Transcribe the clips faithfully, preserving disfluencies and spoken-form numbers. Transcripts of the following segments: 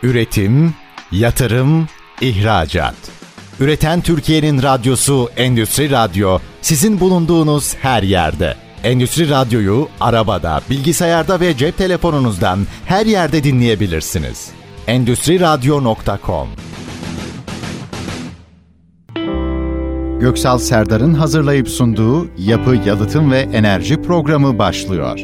Üretim, yatırım, ihracat. Üreten Türkiye'nin radyosu Endüstri Radyo, sizin bulunduğunuz her yerde. Endüstri Radyo'yu arabada, bilgisayarda ve cep telefonunuzdan her yerde dinleyebilirsiniz. endüstri radyo nokta com. Göksal Serdar'ın hazırlayıp sunduğu Yapı, Yalıtım ve Enerji programı başlıyor.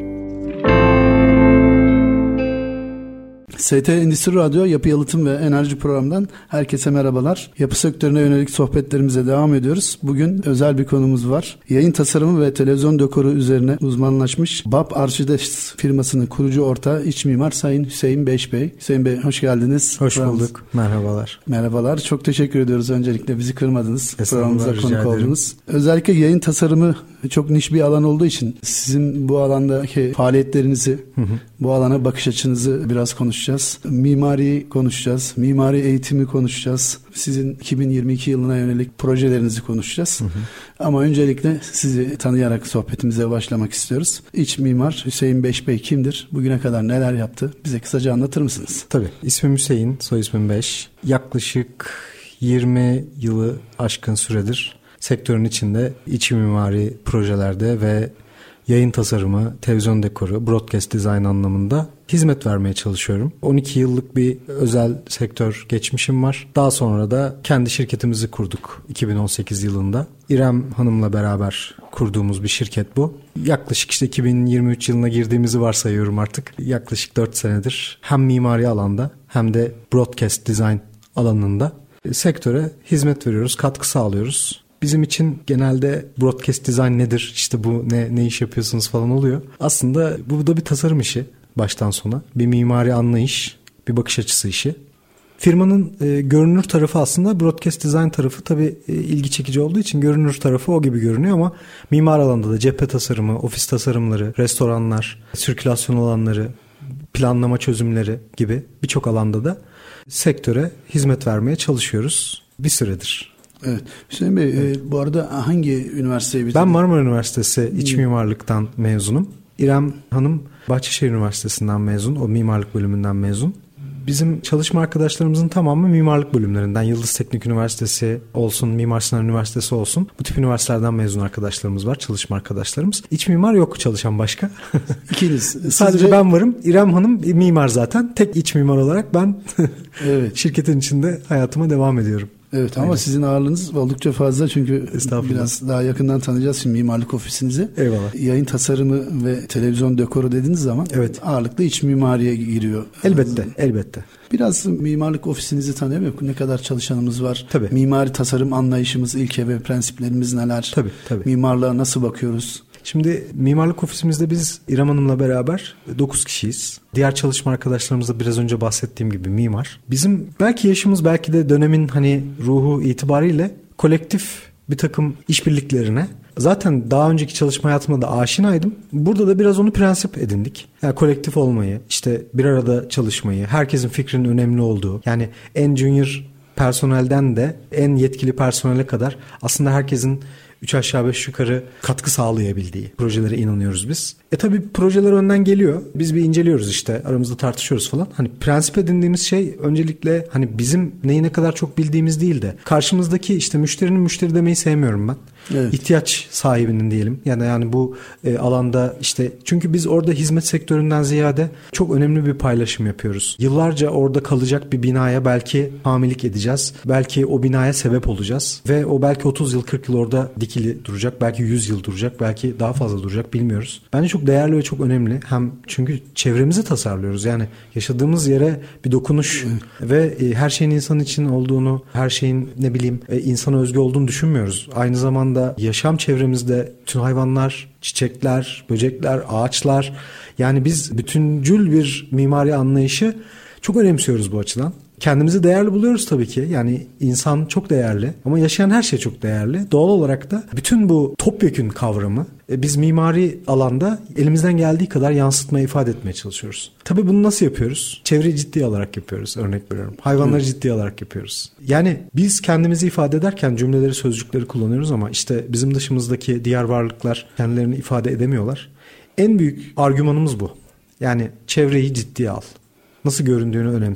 S T Endüstri Radyo Yapı, Yalıtım ve Enerji programından herkese merhabalar. Yapı sektörüne yönelik sohbetlerimize devam ediyoruz. Bugün özel bir konumuz var. Yayın tasarımı ve televizyon dekoru üzerine uzmanlaşmış B A P Architects firmasının kurucu ortağı iç mimar Sayın Hüseyin Beş Bey. Hüseyin Bey, hoş geldiniz. Hoş Programımız. bulduk. Merhabalar. Merhabalar. Çok teşekkür ediyoruz. Öncelikle bizi kırmadınız. Programımıza konuk ederim. oldunuz. Özellikle yayın tasarımı çok niş bir alan olduğu için sizin bu alandaki faaliyetlerinizi, hı hı. bu alana bakış açınızı biraz konuşacağız. Mimari konuşacağız. Mimari eğitimi konuşacağız. Sizin iki bin yirmi iki yılına yönelik projelerinizi konuşacağız. Hı hı. Ama öncelikle sizi tanıyarak sohbetimize başlamak istiyoruz. İç mimar Hüseyin Beş Bey kimdir? Bugüne kadar neler yaptı? Bize kısaca anlatır mısınız? Tabii. İsmim Hüseyin, soy ismim Beş. Yaklaşık yirmi yılı aşkın süredir sektörün içinde iç mimari projelerde ve yayın tasarımı, televizyon dekoru, broadcast design anlamında hizmet vermeye çalışıyorum. on iki yıllık bir özel sektör geçmişim var. Daha sonra da kendi şirketimizi kurduk iki bin on sekiz yılında. İrem Hanım'la beraber kurduğumuz bir şirket bu. Yaklaşık işte iki bin yirmi üç yılına girdiğimizi varsayıyorum artık. Yaklaşık dört senedir hem mimari alanda hem de broadcast design alanında sektöre hizmet veriyoruz, katkı sağlıyoruz. Bizim için genelde broadcast design nedir, işte bu ne ne iş yapıyorsunuz falan oluyor. Aslında bu da bir tasarım işi baştan sona. Bir mimari anlayış, bir bakış açısı işi. Firmanın e, görünür tarafı aslında broadcast design tarafı tabii e, ilgi çekici olduğu için görünür tarafı o gibi görünüyor ama mimar alanda da cephe tasarımı, ofis tasarımları, restoranlar, sirkülasyon alanları, planlama çözümleri gibi birçok alanda da sektöre hizmet vermeye çalışıyoruz bir süredir. Evet. Hüseyin Bey, evet. e, bu arada hangi üniversiteyi bitirdiniz? Ben Marmara Üniversitesi İç Mimarlıktan mezunum. İrem Hanım Bahçeşehir Üniversitesi'nden mezun. O mimarlık bölümünden mezun. Bizim çalışma arkadaşlarımızın tamamı mimarlık bölümlerinden. Yıldız Teknik Üniversitesi olsun, Mimar Sinan Üniversitesi olsun. Bu tip üniversitelerden mezun arkadaşlarımız var, çalışma arkadaşlarımız. İç mimar yok çalışan başka. İkiniz. Sadece Sizce... ben varım. İrem Hanım mimar zaten. Tek iç mimar olarak ben evet. şirketin içinde hayatıma devam ediyorum. Evet ama Aynen. sizin ağırlığınız oldukça fazla çünkü biraz daha yakından tanıyacağız şimdi mimarlık ofisinizi. Eyvallah. Yayın tasarımı ve televizyon dekoru dediğiniz zaman evet. ağırlıklı iç mimariye giriyor. Elbette, elbette. Biraz mimarlık ofisinizi tanıyamıyor. Ne kadar çalışanımız var? Tabii. Mimari tasarım anlayışımız, ilke ve prensiplerimiz neler? Tabii, tabii. Mimarlığa nasıl bakıyoruz? Şimdi mimarlık ofisimizde biz İrem Hanım'la beraber dokuz kişiyiz. Diğer çalışma arkadaşlarımız da biraz önce bahsettiğim gibi mimar. Bizim belki yaşımız belki de dönemin hani ruhu itibariyle kolektif bir takım işbirliklerine zaten daha önceki çalışma hayatımda da aşinaydım. Burada da biraz onu prensip edindik. Yani kolektif olmayı, işte bir arada çalışmayı, herkesin fikrinin önemli olduğu. Yani en junior personelden de en yetkili personele kadar aslında herkesin üç aşağı beş yukarı katkı sağlayabildiği projelere inanıyoruz biz. E tabii projeler önden geliyor. Biz bir inceliyoruz işte. Aramızda tartışıyoruz falan. Hani prensip edindiğimiz şey öncelikle hani bizim neyi ne kadar çok bildiğimiz değil de karşımızdaki işte müşterinin müşteri demeyi sevmiyorum ben. Evet. İhtiyaç sahibinin diyelim. Yani yani bu e, alanda işte çünkü biz orada hizmet sektöründen ziyade çok önemli bir paylaşım yapıyoruz. Yıllarca orada kalacak bir binaya belki hamilik edeceğiz. Belki o binaya sebep olacağız ve o belki otuz yıl kırk yıl orada dikili duracak. Belki yüz yıl duracak. Belki daha fazla duracak, bilmiyoruz. Bence çok değerli ve çok önemli. Hem çünkü çevremizi tasarlıyoruz. Yani yaşadığımız yere bir dokunuş evet. ve e, her şeyin insan için olduğunu, her şeyin ne bileyim e, insana özgü olduğunu düşünmüyoruz. Aynı zamanda yaşam çevremizde tüm hayvanlar, çiçekler, böcekler, ağaçlar, yani biz bütüncül bir mimari anlayışı çok önemsiyoruz bu açıdan. Kendimizi değerli buluyoruz tabii ki. Yani insan çok değerli ama yaşayan her şey çok değerli. Doğal olarak da bütün bu topyekün kavramı biz mimari alanda elimizden geldiği kadar yansıtmaya, ifade etmeye çalışıyoruz. Tabii bunu nasıl yapıyoruz? Çevreyi ciddiye alarak yapıyoruz, örnek veriyorum. Hayvanları Hı. ciddiye alarak yapıyoruz. Yani biz kendimizi ifade ederken cümleleri, sözcükleri kullanıyoruz ama işte bizim dışımızdaki diğer varlıklar kendilerini ifade edemiyorlar. En büyük argümanımız bu. Yani çevreyi ciddiye al. Nasıl göründüğünü önemse.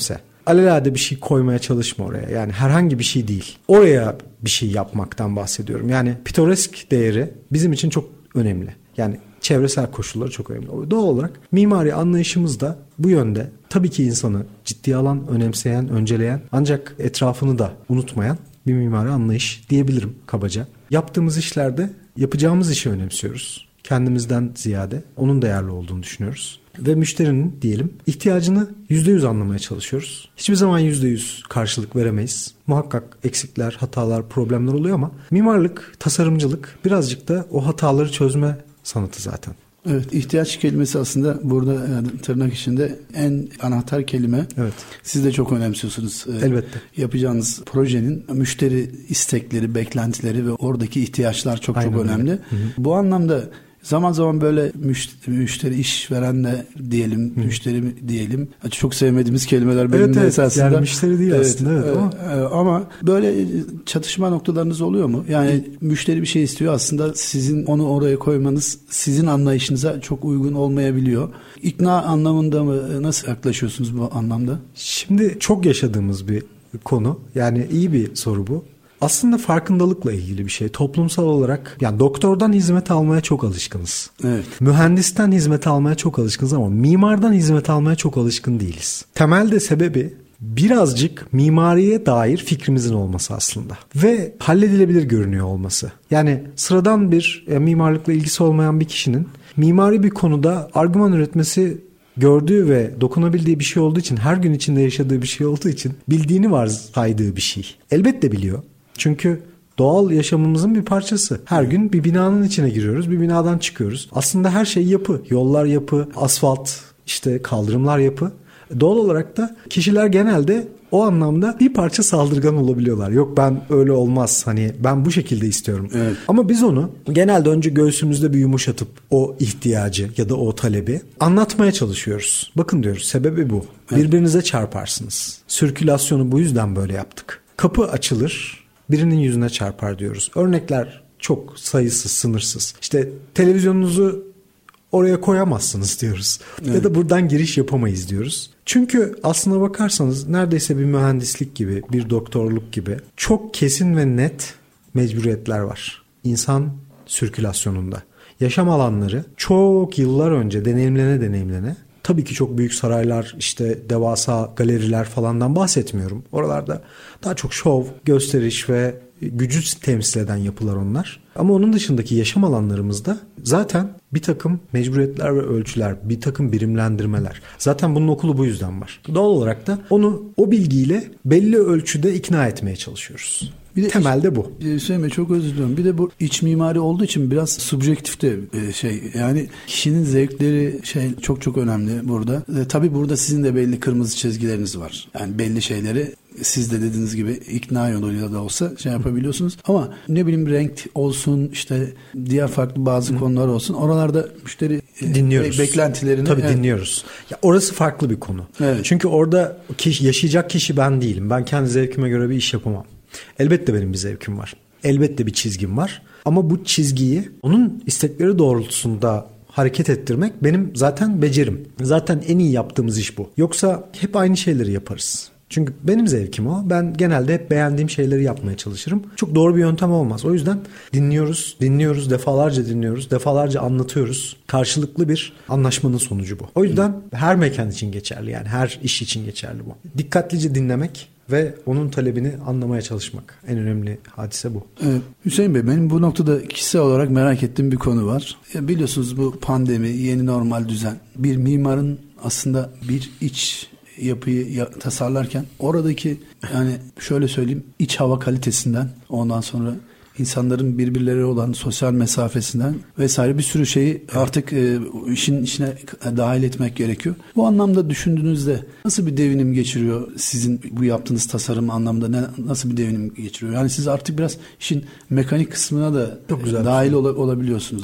alelade bir şey koymaya çalışma oraya. Yani herhangi bir şey değil. Oraya bir şey yapmaktan bahsediyorum. Yani pitoresk değeri bizim için çok önemli. Yani çevresel koşulları çok önemli. Doğal olarak mimari anlayışımız da bu yönde. Tabii ki insanı ciddiye alan, önemseyen, önceleyen ancak etrafını da unutmayan bir mimari anlayış diyebilirim kabaca. Yaptığımız işlerde yapacağımız işi önemsiyoruz. Kendimizden ziyade onun değerli olduğunu düşünüyoruz. Ve müşterinin diyelim ihtiyacını yüzde yüz anlamaya çalışıyoruz. Hiçbir zaman yüzde yüz karşılık veremeyiz. Muhakkak eksikler, hatalar, problemler oluyor ama mimarlık, tasarımcılık birazcık da o hataları çözme sanatı zaten. Evet, ihtiyaç kelimesi aslında burada yani tırnak içinde en anahtar kelime. Evet. Siz de çok önemsiyorsunuz. Elbette. Yapacağınız projenin müşteri istekleri, beklentileri ve oradaki ihtiyaçlar çok Aynen çok önemli. Hı hı. Bu anlamda zaman zaman böyle müşteri, müşteri işverenle diyelim, Hı. müşteri diyelim. Çok sevmediğimiz kelimeler benim evet, de evet. esasında. Yani müşteri değil evet, aslında. Evet, ama. Ama... ama böyle çatışma noktalarınız oluyor mu? Yani Hı. müşteri bir şey istiyor. Aslında sizin onu oraya koymanız sizin anlayışınıza çok uygun olmayabiliyor. İkna anlamında mı? Nasıl yaklaşıyorsunuz bu anlamda? Şimdi çok yaşadığımız bir konu. Yani iyi bir soru bu. Aslında farkındalıkla ilgili bir şey. Toplumsal olarak yani doktordan hizmet almaya çok alışkınız. Evet. Mühendisten hizmet almaya çok alışkınız ama mimardan hizmet almaya çok alışkın değiliz. Temelde sebebi birazcık mimariye dair fikrimizin olması aslında. Ve halledilebilir görünüyor olması. Yani sıradan bir yani mimarlıkla ilgisi olmayan bir kişinin mimari bir konuda argüman üretmesi gördüğü ve dokunabildiği bir şey olduğu için, her gün içinde yaşadığı bir şey olduğu için bildiğini varsaydığı bir şey. Elbette biliyor. Çünkü doğal yaşamımızın bir parçası. Her gün bir binanın içine giriyoruz, bir binadan çıkıyoruz. Aslında her şey yapı. Yollar yapı, asfalt, işte kaldırımlar yapı. Doğal olarak da kişiler genelde o anlamda bir parça saldırgan olabiliyorlar. Yok ben öyle olmaz. Hani ben bu şekilde istiyorum. Evet. Ama biz onu genelde önce göğsümüzde bir yumuşatıp o ihtiyacı ya da o talebi anlatmaya çalışıyoruz. Bakın diyoruz sebebi bu. Evet. Birbirinize çarparsınız. Sirkülasyonu bu yüzden böyle yaptık. Kapı açılır, birinin yüzüne çarpar diyoruz. Örnekler çok sayısız, sınırsız. İşte televizyonunuzu oraya koyamazsınız diyoruz. Evet. Ya da buradan giriş yapamayız diyoruz. Çünkü aslına bakarsanız neredeyse bir mühendislik gibi, bir doktorluk gibi çok kesin ve net mecburiyetler var. İnsan sirkülasyonunda. Yaşam alanları çok yıllar önce deneyimlene deneyimlene, tabii ki çok büyük saraylar, işte devasa galeriler falandan bahsetmiyorum. Oralarda daha çok şov, gösteriş ve gücü temsil eden yapılar onlar. Ama onun dışındaki yaşam alanlarımızda zaten bir takım mecburiyetler ve ölçüler, bir takım birimlendirmeler. Zaten bunun okulu bu yüzden var. Doğal olarak da onu o bilgiyle belli ölçüde ikna etmeye çalışıyoruz. Bir de temelde iç, bu. Hüseyin Bey çok özür diliyorum. Bir de bu iç mimari olduğu için biraz subjektif de şey. Yani kişinin zevkleri şey çok çok önemli burada. E, tabii burada sizin de belli kırmızı çizgileriniz var. Yani belli şeyleri siz de dediğiniz gibi ikna yoluyla da olsa şey yapabiliyorsunuz. Ama ne bileyim renk olsun, işte diğer farklı bazı Hı. konular olsun. Oralarda müşteri dinliyoruz. Be- beklentilerini. Tabii evet. dinliyoruz. Ya orası farklı bir konu. Evet. Çünkü orada kişi, yaşayacak kişi ben değilim. Ben kendi zevkime göre bir iş yapamam. Elbette benim bir zevkim var. Elbette bir çizgim var. Ama bu çizgiyi onun istekleri doğrultusunda hareket ettirmek benim zaten becerim. Zaten en iyi yaptığımız iş bu. Yoksa hep aynı şeyleri yaparız. Çünkü benim zevkim o. Ben genelde hep beğendiğim şeyleri yapmaya çalışırım. Çok doğru bir yöntem olmaz. O yüzden dinliyoruz, dinliyoruz, defalarca dinliyoruz, defalarca anlatıyoruz. Karşılıklı bir anlaşmanın sonucu bu. O yüzden her mekan için geçerli, yani her iş için geçerli bu. Dikkatlice dinlemek ve onun talebini anlamaya çalışmak. En önemli hadise bu. Ee, Hüseyin Bey, benim bu noktada kişisel olarak merak ettiğim bir konu var. Ya biliyorsunuz bu pandemi, yeni normal düzen. Bir mimarın aslında bir iç yapıyı ya, tasarlarken oradaki, yani şöyle söyleyeyim, iç hava kalitesinden, ondan sonra insanların birbirleri olan sosyal mesafesinden vesaire bir sürü şeyi artık e, işin içine dahil etmek gerekiyor. Bu anlamda düşündüğünüzde nasıl bir devinim geçiriyor sizin bu yaptığınız tasarım anlamda, ne, nasıl bir devinim geçiriyor? Yani siz artık biraz işin mekanik kısmına da e, dahil ol, olabiliyorsunuz artık.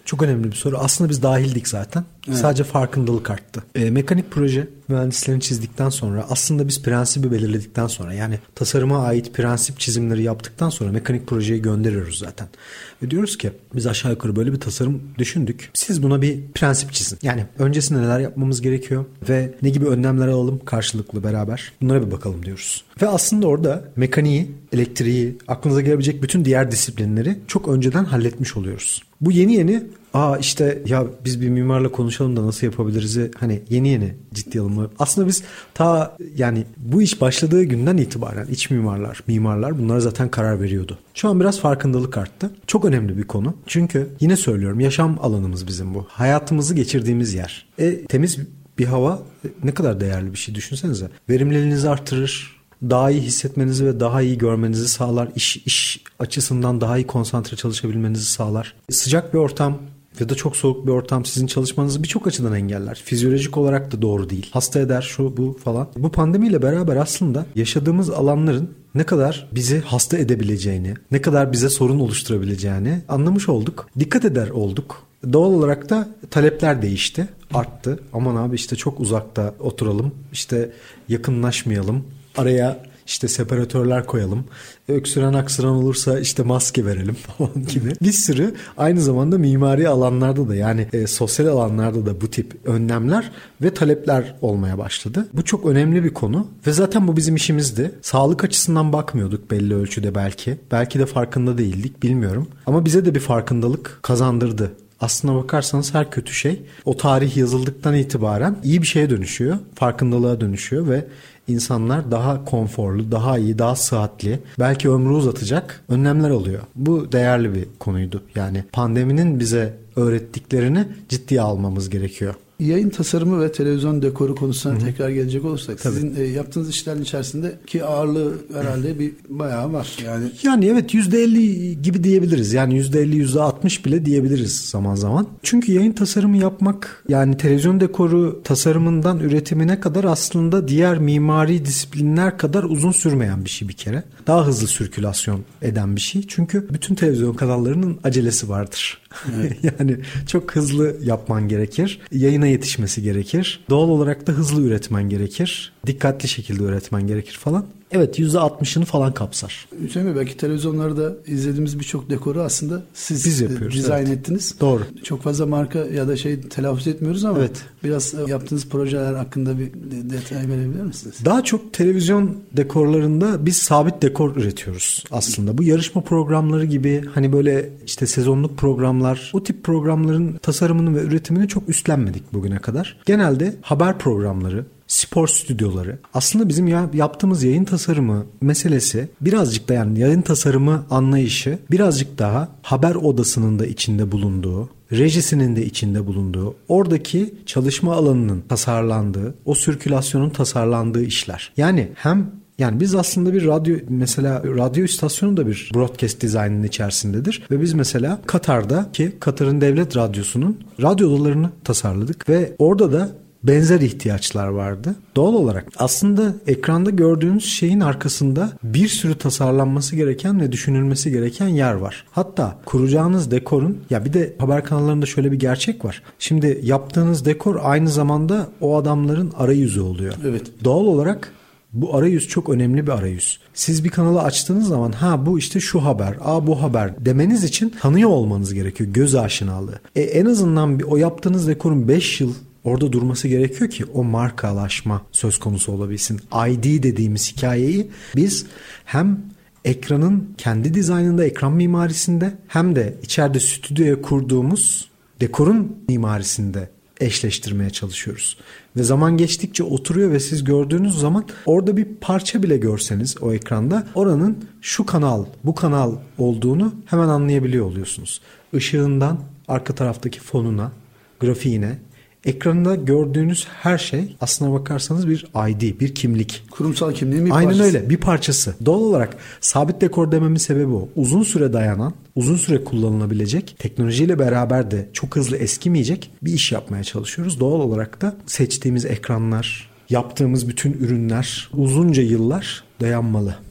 Çok önemli bir soru. Aslında biz dahildik zaten. Evet. Sadece farkındalık arttı. E, mekanik proje mühendislerini çizdikten sonra, aslında biz prensibi belirledikten sonra, yani tasarıma ait prensip çizimleri yaptıktan sonra mekanik projeyi gönderiyoruz zaten. Ve diyoruz ki biz aşağı yukarı böyle bir tasarım düşündük. Siz buna bir prensip çizin. Yani öncesinde neler yapmamız gerekiyor ve ne gibi önlemler alalım karşılıklı beraber. Bunlara bir bakalım diyoruz. Ve aslında orada mekaniği, elektriği, aklınıza gelebilecek bütün diğer disiplinleri çok önceden halletmiş oluyoruz. Bu yeni yeni aa işte ya biz bir mimarla konuşalım da nasıl yapabiliriz'i hani yeni yeni ciddi alımı. Aslında biz ta yani bu iş başladığı günden itibaren iç mimarlar, mimarlar bunlara zaten karar veriyordu. Şu an biraz farkındalık arttı. Çok önemli bir konu. Çünkü yine söylüyorum, yaşam alanımız bizim bu. Hayatımızı geçirdiğimiz yer. E, temiz bir hava ne kadar değerli bir şey düşünsenize. Verimliliğinizi artırır. Daha iyi hissetmenizi ve daha iyi görmenizi sağlar. İş, iş açısından daha iyi konsantre çalışabilmenizi sağlar. Sıcak bir ortam ya da çok soğuk bir ortam sizin çalışmanızı birçok açıdan engeller. Fizyolojik olarak da doğru değil. Hasta eder, şu bu falan. Bu pandemiyle beraber aslında yaşadığımız alanların ne kadar bizi hasta edebileceğini, ne kadar bize sorun oluşturabileceğini anlamış olduk. Dikkat eder olduk. Doğal olarak da talepler değişti, arttı. Aman abi işte çok uzakta oturalım, işte yakınlaşmayalım. Araya işte separatörler koyalım. Öksüren aksıran olursa işte maske verelim falan gibi. Bir sürü aynı zamanda mimari alanlarda da yani e, sosyal alanlarda da bu tip önlemler ve talepler olmaya başladı. Bu çok önemli bir konu ve zaten bu bizim işimizdi. Sağlık açısından bakmıyorduk belli ölçüde belki. Belki de farkında değildik, bilmiyorum. Ama bize de bir farkındalık kazandırdı. Aslına bakarsanız her kötü şey o tarih yazıldıktan itibaren iyi bir şeye dönüşüyor. Farkındalığa dönüşüyor ve insanlar daha konforlu, daha iyi, daha sıhhatli, belki ömrü uzatacak önlemler alıyor. Bu değerli bir konuydu. Yani pandeminin bize öğrettiklerini ciddiye almamız gerekiyor. Yayın tasarımı ve televizyon dekoru konusuna Hı-hı. tekrar gelecek olursak, Tabii. sizin e, yaptığınız işlerin içerisindeki ağırlığı herhalde bir bayağı var. Yani yani evet yüzde elli gibi diyebiliriz. Yani yüzde elli yüzde altmış bile diyebiliriz zaman zaman. Çünkü yayın tasarımı yapmak, yani televizyon dekoru tasarımından üretimine kadar aslında diğer mimari disiplinler kadar uzun sürmeyen bir şey bir kere. Daha hızlı sirkülasyon eden bir şey. Çünkü bütün televizyon kanallarının acelesi vardır. Evet. Yani çok hızlı yapman gerekir. Yayına yetişmesi gerekir. Doğal olarak da hızlı üretmen gerekir. Dikkatli şekilde üretmen gerekir falan. Evet, yüzde altmışını falan kapsar. Hüseyin Bey, belki televizyonlarda izlediğimiz birçok dekoru aslında siz Biz yapıyoruz, dizayn evet. ettiniz. Doğru. Çok fazla marka ya da şey telaffuz etmiyoruz ama evet. biraz yaptığınız projeler hakkında bir detay verebilir misiniz? Daha çok televizyon dekorlarında biz sabit dekor üretiyoruz aslında. Bu yarışma programları gibi hani böyle işte sezonluk programlar, o tip programların tasarımını ve üretimini çok üstlenmedik bugüne kadar. Genelde haber programları, spor stüdyoları. Aslında bizim ya, yaptığımız yayın tasarımı meselesi birazcık da, yani yayın tasarımı anlayışı birazcık daha haber odasının da içinde bulunduğu, rejisinin de içinde bulunduğu, oradaki çalışma alanının tasarlandığı, o sirkülasyonun tasarlandığı işler. Yani hem Yani biz aslında bir radyo, mesela radyo istasyonu da bir broadcast dizaynının içerisindedir. Ve biz mesela Katar'da ki Katar'ın devlet radyosunun radyo odalarını tasarladık. Ve orada da benzer ihtiyaçlar vardı. Doğal olarak aslında ekranda gördüğünüz şeyin arkasında bir sürü tasarlanması gereken ve düşünülmesi gereken yer var. Hatta kuracağınız dekorun, ya bir de haber kanallarında şöyle bir gerçek var. Şimdi yaptığınız dekor aynı zamanda o adamların arayüzü oluyor. Evet. Doğal olarak bu arayüz çok önemli bir arayüz. Siz bir kanalı açtığınız zaman ha bu işte şu haber, aa bu haber demeniz için tanıyor olmanız gerekiyor, göz aşinalığı. E, en azından bir, o yaptığınız dekorun beş yıl orada durması gerekiyor ki o markalaşma söz konusu olabilsin. I D dediğimiz hikayeyi biz hem ekranın kendi dizaynında, ekran mimarisinde, hem de içeride stüdyoya kurduğumuz dekorun mimarisinde eşleştirmeye çalışıyoruz. Ve zaman geçtikçe oturuyor ve siz gördüğünüz zaman orada bir parça bile görseniz o ekranda oranın şu kanal, bu kanal olduğunu hemen anlayabiliyor oluyorsunuz. Işığından arka taraftaki fonuna, grafiğine, ekranda gördüğünüz her şey aslına bakarsanız bir I D, bir kimlik. Kurumsal kimliğin bir Aynen parçası. Aynen öyle, bir parçası. Doğal olarak sabit dekor dememin sebebi o. Uzun süre dayanan, uzun süre kullanılabilecek, teknolojiyle beraber de çok hızlı eskimeyecek bir iş yapmaya çalışıyoruz. Doğal olarak da seçtiğimiz ekranlar, yaptığımız bütün ürünler uzunca yıllar dayanmalı.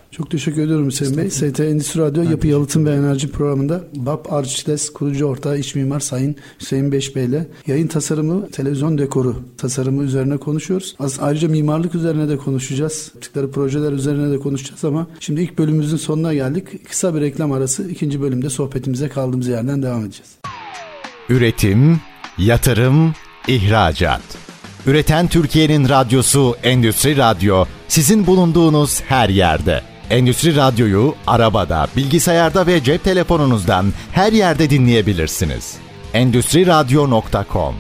Çok teşekkür ediyorum Hüseyin Bey. S T Endüstri Radyo ben Yapı Yalıtım ve Enerji programında B A P Arçiles kurucu ortağı iç mimar Sayın Hüseyin Beş Bey ile yayın tasarımı, televizyon dekoru tasarımı üzerine konuşuyoruz. Ayrıca mimarlık üzerine de konuşacağız. Yaptıkları projeler üzerine de konuşacağız ama şimdi ilk bölümümüzün sonuna geldik. Kısa bir reklam arası. İkinci bölümde sohbetimize kaldığımız yerden devam edeceğiz. Üretim, yatırım, ihracat. Üreten Türkiye'nin radyosu Endüstri Radyo, sizin bulunduğunuz her yerde. Endüstri Radyo'yu arabada, bilgisayarda ve cep telefonunuzdan her yerde dinleyebilirsiniz. endüstri radyo nokta com.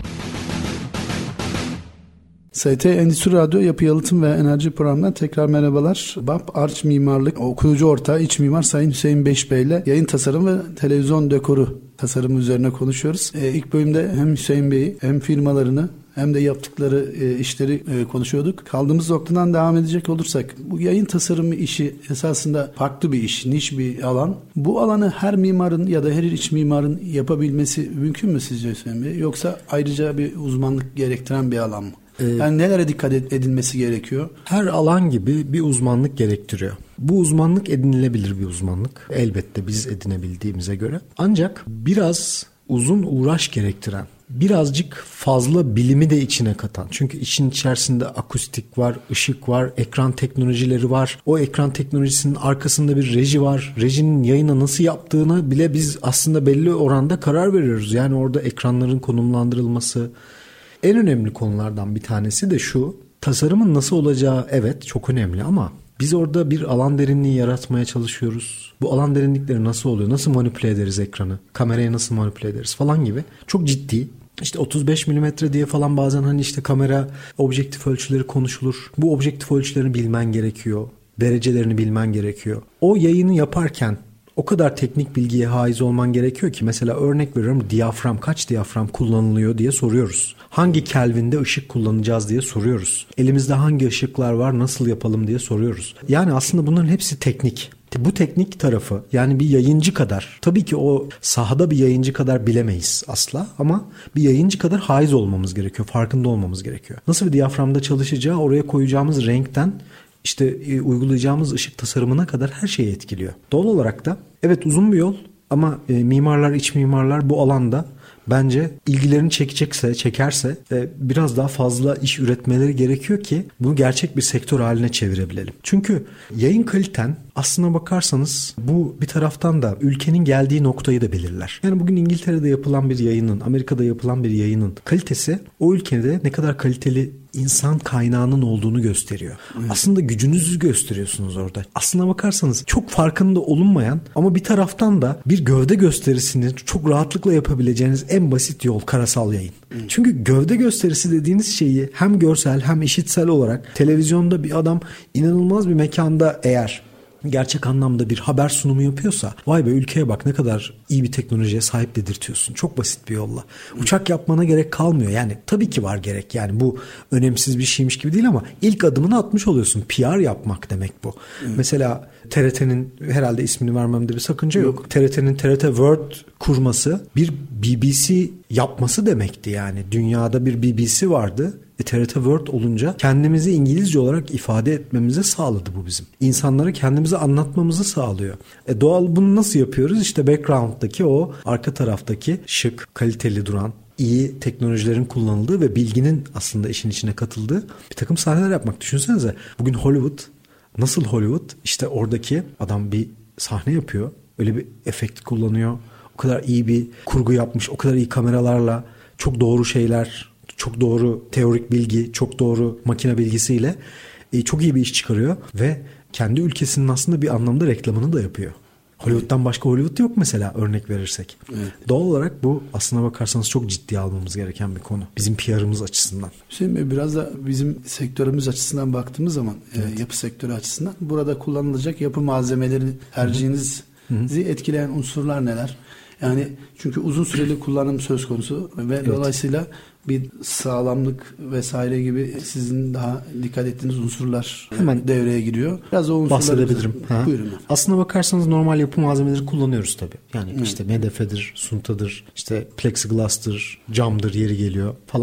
S T Endüstri Radyo Yapı Yalıtım ve Enerji programından tekrar merhabalar. B A P Arç Mimarlık kurucu ortağı iç mimar Sayın Hüseyin Beş Bey ile yayın tasarımı ve televizyon dekoru tasarımı üzerine konuşuyoruz. Ee, ilk bölümde hem Hüseyin Bey'i hem firmalarını hem de yaptıkları e, işleri e, konuşuyorduk. Kaldığımız noktadan devam edecek olursak bu yayın tasarımı işi esasında farklı bir iş, niş bir alan. Bu alanı her mimarın ya da her iç mimarın yapabilmesi mümkün mü sizce Hüseyin Bey? Yoksa ayrıca bir uzmanlık gerektiren bir alan mı? Yani nelere dikkat edilmesi gerekiyor? Her alan gibi bir uzmanlık gerektiriyor. Bu uzmanlık edinilebilir bir uzmanlık. Elbette biz edinebildiğimize göre. Ancak biraz uzun uğraş gerektiren, birazcık fazla bilimi de içine katan. Çünkü işin içerisinde akustik var, ışık var, ekran teknolojileri var. O ekran teknolojisinin arkasında bir reji var. Rejinin yayına nasıl yaptığına bile biz aslında belli oranda karar veriyoruz. Yani orada ekranların konumlandırılması. En önemli konulardan bir tanesi de şu: tasarımın nasıl olacağı evet çok önemli ama biz orada bir alan derinliği yaratmaya çalışıyoruz. Bu alan derinlikleri nasıl oluyor? Nasıl manipüle ederiz ekranı? Kamerayı nasıl manipüle ederiz falan gibi. Çok ciddi. İşte otuz beş milimetre diye falan bazen hani işte kamera objektif ölçüleri konuşulur. Bu objektif ölçülerini bilmen gerekiyor. Derecelerini bilmen gerekiyor. O yayını yaparken o kadar teknik bilgiye haiz olman gerekiyor ki mesela örnek veriyorum, diyafram, kaç diyafram kullanılıyor diye soruyoruz. Hangi kelvinde ışık kullanacağız diye soruyoruz. Elimizde hangi ışıklar var, nasıl yapalım diye soruyoruz. Yani aslında bunların hepsi teknik. Bu teknik tarafı, yani bir yayıncı kadar, tabii ki o sahada bir yayıncı kadar bilemeyiz asla ama bir yayıncı kadar haiz olmamız gerekiyor, farkında olmamız gerekiyor. Nasıl bir diyaframda çalışacağı oraya koyacağımız renkten İşte e, uygulayacağımız ışık tasarımına kadar her şeyi etkiliyor. Doğal olarak da evet uzun bir yol ama e, mimarlar, iç mimarlar bu alanda bence ilgilerini çekecekse, çekerse e, biraz daha fazla iş üretmeleri gerekiyor ki bunu gerçek bir sektör haline çevirebilelim. Çünkü yayın kaliten aslına bakarsanız bu bir taraftan da ülkenin geldiği noktayı da belirler. Yani bugün İngiltere'de yapılan bir yayının, Amerika'da yapılan bir yayının kalitesi o ülkede ne kadar kaliteli insan kaynağının olduğunu gösteriyor. Evet. Aslında gücünüzü gösteriyorsunuz orada. Aslına bakarsanız çok farkında olunmayan ama bir taraftan da bir gövde gösterisini çok rahatlıkla yapabileceğiniz en basit yol karasal yayın. Evet. Çünkü gövde gösterisi dediğiniz şeyi hem görsel hem işitsel olarak televizyonda bir adam inanılmaz bir mekanda eğer gerçek anlamda bir haber sunumu yapıyorsa vay be ülkeye bak ne kadar iyi bir teknolojiye sahip dedirtiyorsun. Çok basit bir yolla. Uçak yapmana gerek kalmıyor. Yani tabii ki var gerek. Yani bu önemsiz bir şeymiş gibi değil ama ilk adımını atmış oluyorsun. P R yapmak demek bu. Evet. Mesela T R T'nin herhalde ismini vermemde bir sakınca yok. yok. T R T'nin T R T World kurması bir B B C yapması demekti yani. Dünyada bir B B C vardı. E, T R T World olunca kendimizi İngilizce olarak ifade etmemize sağladı bu bizim. İnsanlara kendimizi anlatmamızı sağlıyor. E, doğal bunu nasıl yapıyoruz? İşte background'daki o arka taraftaki şık, kaliteli duran, iyi teknolojilerin kullanıldığı ve bilginin aslında işin içine katıldığı bir takım sahneler yapmak. Düşünsenize bugün Hollywood, nasıl Hollywood? İşte oradaki adam bir sahne yapıyor. Öyle bir efekt kullanıyor. O kadar iyi bir kurgu yapmış. O kadar iyi kameralarla çok doğru şeyler, çok doğru teorik bilgi, çok doğru makine bilgisiyle e, çok iyi bir iş çıkarıyor ve kendi ülkesinin aslında bir anlamda reklamını da yapıyor. Hollywood'dan başka Hollywood yok mesela örnek verirsek. Evet. Doğal olarak bu aslına bakarsanız çok ciddiye almamız gereken bir konu. Bizim P R'ımız açısından. Hüseyin Bey, biraz da bizim sektörümüz açısından baktığımız zaman evet. e, yapı sektörü açısından burada kullanılacak yapı malzemeleri tercihinizi Hı-hı. etkileyen unsurlar neler? Yani çünkü uzun süreli kullanım söz konusu ve evet. dolayısıyla bir sağlamlık vesaire gibi sizin daha dikkat ettiğiniz unsurlar hemen devreye giriyor. Biraz o unsurları bahsedebilirim. Buyurun. Aslına bakarsanız normal yapı malzemeleri kullanıyoruz tabii. Yani Hı. işte M D F'dir, suntadır, işte plexiglass'tır, camdır yeri geliyor falan.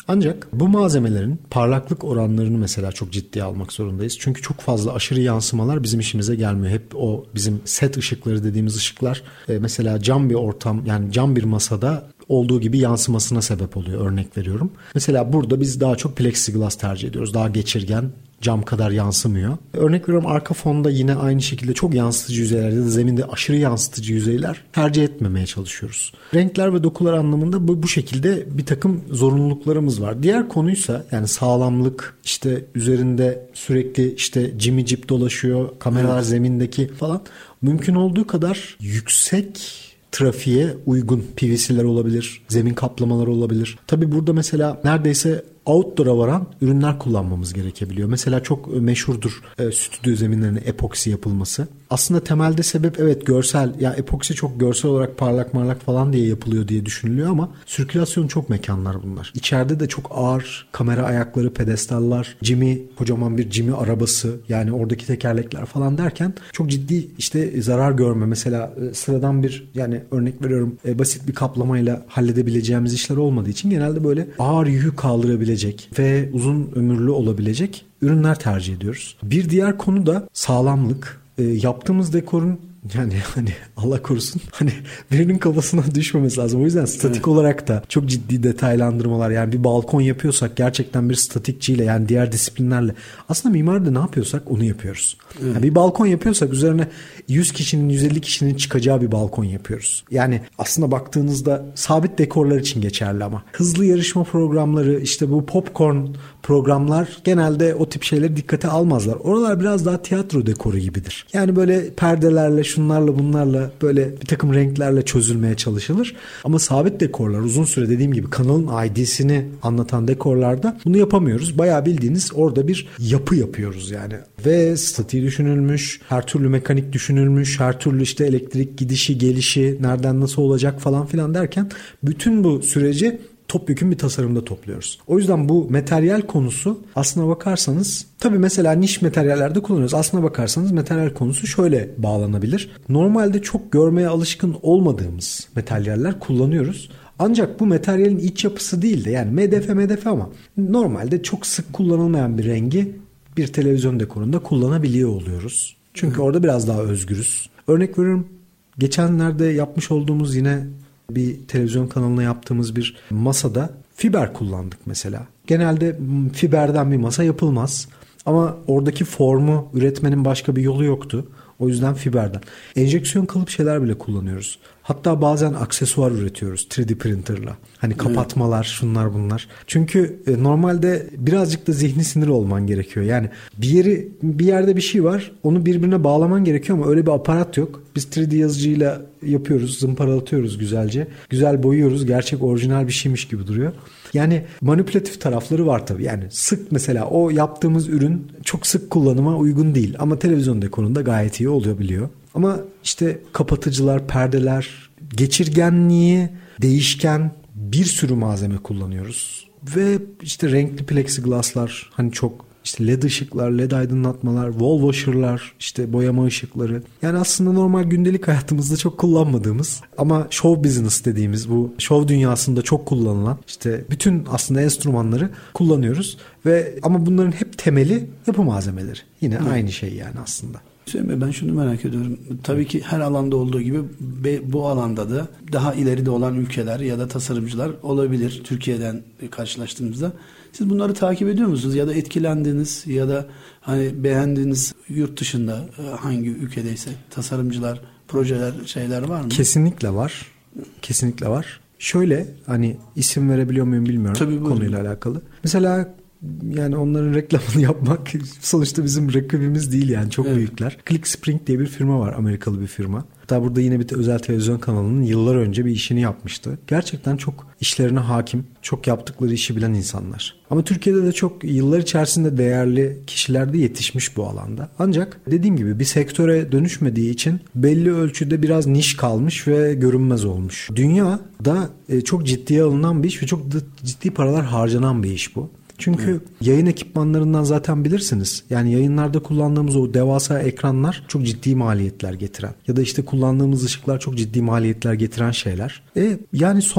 Ancak bu malzemelerin parlaklık oranlarını mesela çok ciddiye almak zorundayız. Çünkü çok fazla aşırı yansımalar bizim işimize gelmiyor. Hep o bizim set ışıkları dediğimiz ışıklar e, mesela cam bir ortam, yani cam bir masada olduğu gibi yansımasına sebep oluyor. Örnek veriyorum. Mesela burada biz daha çok plexiglass tercih ediyoruz. Daha geçirgen, cam kadar yansımıyor. Örnek veriyorum, arka fonda yine aynı şekilde çok yansıtıcı yüzeyler ya da zeminde aşırı yansıtıcı yüzeyler tercih etmemeye çalışıyoruz. Renkler ve dokular anlamında bu, bu şekilde bir takım zorunluluklarımız var. Diğer konuysa yani sağlamlık, işte üzerinde sürekli işte cimi cip dolaşıyor, kameralar evet. zemindeki falan, mümkün olduğu kadar yüksek trafiğe uygun P V C'ler olabilir, zemin kaplamaları olabilir. Tabii burada mesela neredeyse outdoor'a varan ürünler kullanmamız gerekebiliyor. Mesela çok meşhurdur e, stüdyo zeminlerine epoksi yapılması. Aslında temelde sebep evet görsel. Ya epoksi çok görsel olarak parlak marlak falan diye yapılıyor diye düşünülüyor ama sirkülasyon çok mekanlar bunlar. İçeride de çok ağır kamera ayakları, pedestallar, cimi, kocaman bir cimi arabası, yani oradaki tekerlekler falan derken çok ciddi işte zarar görme. Mesela e, sıradan bir, yani örnek veriyorum e, basit bir kaplamayla halledebileceğimiz işler olmadığı için genelde böyle ağır yükü kaldırabilecek ve uzun ömürlü olabilecek ürünler tercih ediyoruz. Bir diğer konu da sağlamlık. E, yaptığımız dekorun, yani hani Allah korusun hani birinin kafasına düşmemesi lazım. O yüzden statik evet. olarak da çok ciddi detaylandırmalar, yani bir balkon yapıyorsak gerçekten bir statikçiyle, yani diğer disiplinlerle aslında mimaride ne yapıyorsak onu yapıyoruz. Evet. Yani bir balkon yapıyorsak üzerine yüz kişinin yüz elli kişinin çıkacağı bir balkon yapıyoruz. Yani aslında baktığınızda sabit dekorlar için geçerli ama hızlı yarışma programları, işte bu popcorn programlar genelde o tip şeyleri dikkate almazlar. Oralar biraz daha tiyatro dekoru gibidir. Yani böyle perdelerle, şunlarla bunlarla, böyle bir takım renklerle çözülmeye çalışılır. Ama sabit dekorlar, uzun süre dediğim gibi kanalın I D'sini anlatan dekorlarda bunu yapamıyoruz. Bayağı bildiğiniz orada bir yapı yapıyoruz yani. Ve statiği düşünülmüş, her türlü mekanik düşünülmüş, her türlü işte elektrik gidişi, gelişi, nereden nasıl olacak falan filan derken bütün bu süreci topyekün bir tasarımda topluyoruz. O yüzden bu materyal konusu aslına bakarsanız, tabii mesela niş materyallerde kullanıyoruz. Aslına bakarsanız materyal konusu şöyle bağlanabilir. Normalde çok görmeye alışkın olmadığımız materyaller kullanıyoruz. Ancak bu materyalin iç yapısı değil de, yani M D F M D F ama normalde çok sık kullanılmayan bir rengi bir televizyon dekorunda kullanabiliyor oluyoruz. Çünkü Hı. orada biraz daha özgürüz. Örnek veriyorum, geçenlerde yapmış olduğumuz yine bir televizyon kanalına yaptığımız bir masada fiber kullandık mesela. Genelde fiberden bir masa yapılmaz. Ama oradaki formu üretmenin başka bir yolu yoktu. O yüzden fiberden. Enjeksiyon kalıp şeyler bile kullanıyoruz. Hatta bazen aksesuar üretiyoruz üç D printerla. Hani kapatmalar, şunlar bunlar. Çünkü normalde birazcık da zihni sinir olman gerekiyor. Yani bir yeri, bir yerde bir şey var, onu birbirine bağlaman gerekiyor ama öyle bir aparat yok. Biz üç D yazıcıyla yapıyoruz, zımparalatıyoruz güzelce. Güzel boyuyoruz. Gerçek orijinal bir şeymiş gibi duruyor. Yani manipülatif tarafları var tabii. Yani sık, mesela o yaptığımız ürün çok sık kullanıma uygun değil. Ama televizyon dekorunda gayet iyi olabiliyor. Ama işte kapatıcılar, perdeler, geçirgenliği değişken bir sürü malzeme kullanıyoruz. Ve işte renkli plexiglasslar, hani çok işte led ışıklar, led aydınlatmalar, wall washer'lar, işte boyama ışıkları. Yani aslında normal gündelik hayatımızda çok kullanmadığımız ama show business dediğimiz, bu show dünyasında çok kullanılan işte bütün aslında enstrümanları kullanıyoruz. Ve ama bunların hep temeli yapı malzemeleri. Yine Hı. aynı şey yani aslında. Ben şunu merak ediyorum. Tabii ki her alanda olduğu gibi bu alanda da daha ileride olan ülkeler ya da tasarımcılar olabilir Türkiye'den karşılaştığımızda. Siz bunları takip ediyor musunuz? Ya da etkilendiğiniz ya da hani beğendiğiniz yurt dışında hangi ülkedeyse tasarımcılar, projeler, şeyler var mı? Kesinlikle var. Kesinlikle var. Şöyle, hani isim verebiliyor muyum bilmiyorum. Tabii, konuyla alakalı. Mesela yani onların reklamını yapmak sonuçta bizim rakibimiz değil yani, çok evet. büyükler. ClickSpring diye bir firma var, Amerikalı bir firma. Hatta burada yine bir özel televizyon kanalının yıllar önce bir işini yapmıştı. Gerçekten çok işlerine hakim, çok yaptıkları işi bilen insanlar. Ama Türkiye'de de çok yıllar içerisinde değerli kişiler de yetişmiş bu alanda. Ancak dediğim gibi bir sektöre dönüşmediği için belli ölçüde biraz niş kalmış ve görünmez olmuş. Dünyada çok ciddiye alınan bir iş ve çok ciddi paralar harcanan bir iş bu. Çünkü evet. yayın ekipmanlarından zaten bilirsiniz. Yani yayınlarda kullandığımız o devasa ekranlar çok ciddi maliyetler getiren ya da işte kullandığımız ışıklar çok ciddi maliyetler getiren şeyler. E, yani son